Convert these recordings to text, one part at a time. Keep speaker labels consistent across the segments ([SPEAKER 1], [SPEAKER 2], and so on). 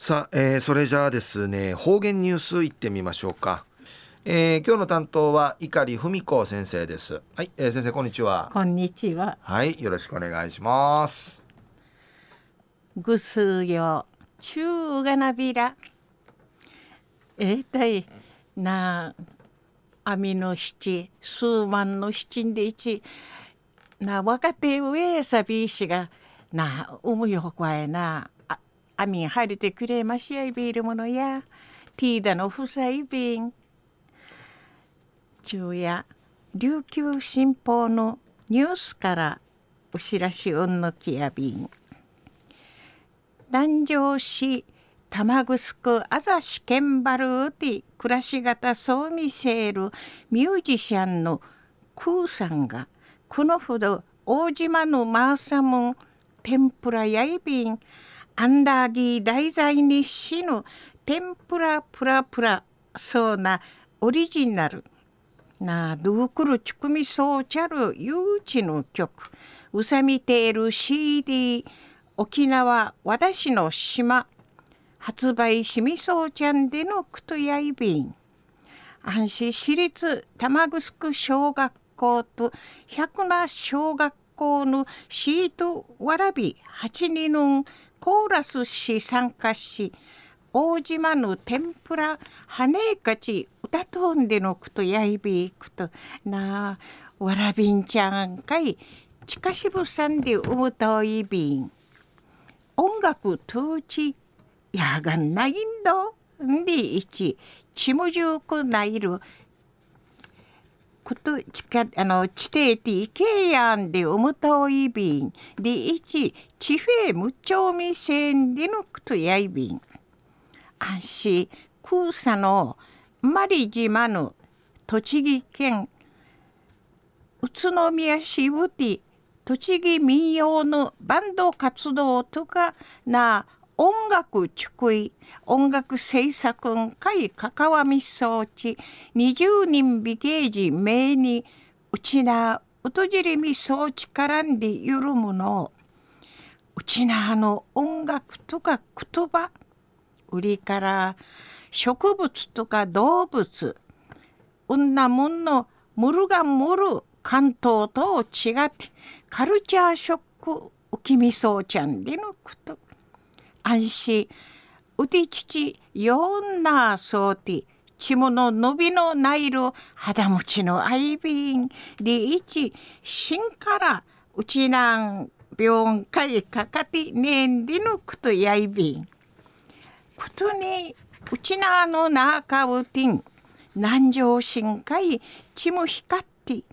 [SPEAKER 1] さあ、それじゃあですね、方言ニュースいってみましょうか。今日の担当は碇文子先生です。はい、先生こんにちは。
[SPEAKER 2] こんにちは。
[SPEAKER 1] はい、よろしくお願いします。
[SPEAKER 2] ぐすよ中がなびらたいな網の七数万の七んで一な若手上さびしがなむよこえな網入れてくれましやいびるものやティーダの夫妻便昼夜琉球新報のニュースからお知らしうんのきやびん南城市玉城あざしけんばるうて暮らし方そう見せるミュージシャンのクーさんがこのほど大島のマーサムン天ぷらやいびんアンダーギー題材にしぬ天ぷらプラプラそうなオリジナルなドゥークルチュクミソーチャル誘致の曲うさみている CD 沖縄私の島発売しみそうちゃんでのくとやいびん安市市立玉城小学校と百名小学校のシートわらび8人のコーラスし参加し大島の天ぷらはねえかち歌とんでのくとやいびくとなわらびんちゃんかい近しぶさんでうむといびん音楽統治やがないんだんでいちちむじゅうくないることちか地底ていけやんでうむといびんでいち地平無調味せんでのくとやいびん安市空佐のマリ島の栃木県宇都宮市うて栃木民謡のバンド活動とかな音楽作り音楽制作んかい関わみそうち20人美芸児名にうちなうとじりみそうちからんでゆるむのうちなの音楽とか言葉売りから植物とか動物うんなもんのむるがむる関東と違ってカルチャーショックうきみそうちゃんでのこと安心うてちちよんなそうてちもの伸びのないる肌持ちのアイビンでいちしんからうちなん病会かかてねんでのことやいびんことにうちなのなかうてん南城深海ちも光って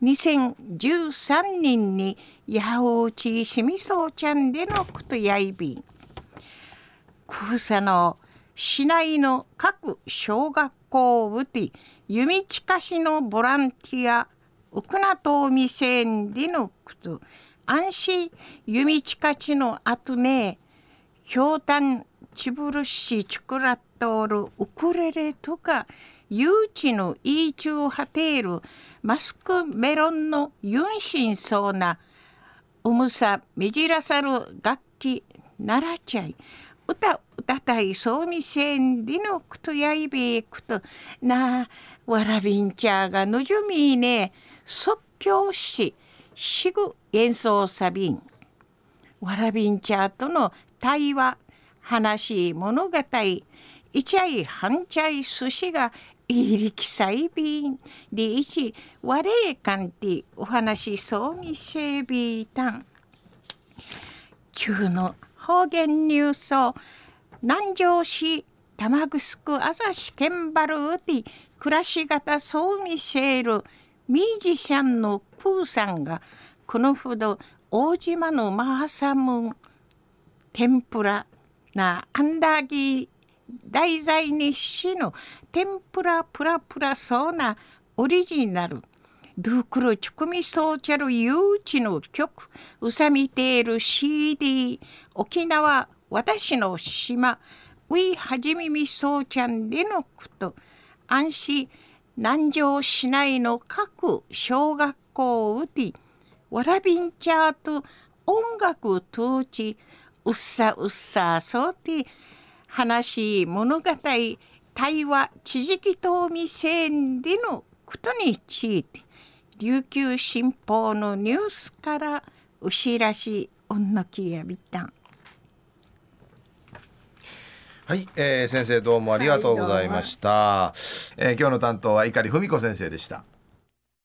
[SPEAKER 2] 2013人にやおうちしみそうちゃんでのことやいびん空佐の市内の各小学校うて弓近しのボランティアウクナトミセンでのこと安心弓近ちのあとねひょうたんちぶるしちくらっとおるウクレレとか誘致のイーチューハテールマスクメロンのユンシンそうなうむさみじらさる楽器ならちゃい歌たいそうみせんでのくとやいべくとなわらびんちゃがのじゅみね即興ししぐ演奏さびんわらびんちゃとの対話話物語いちゃいはんちゃい寿司がいりきさいびんでいちわれえかんてお話そうみせびたん中の方言ニュースを南城市玉城あざしけんばるうて暮らし方そうみせるミュージシャンのクーさんがこのほど大島のマーサムン天ぷらなアンダーギー題材にしの天ぷらプラプラそうなオリジナルドゥークルチュクミソーチャル誘致の曲うさみている CD 沖縄私の島ウィはじみみそうちゃんでのこと安心南城市内の各小学校うてわらびんちゃーと音楽統治うっさうっさそうて話物語対話地域とみせんでのことについて琉球新報のニュースからお知らしおんのきやびたん。
[SPEAKER 1] はい、先生どうもありがとうございました。今日の担当は碇文子先生でした。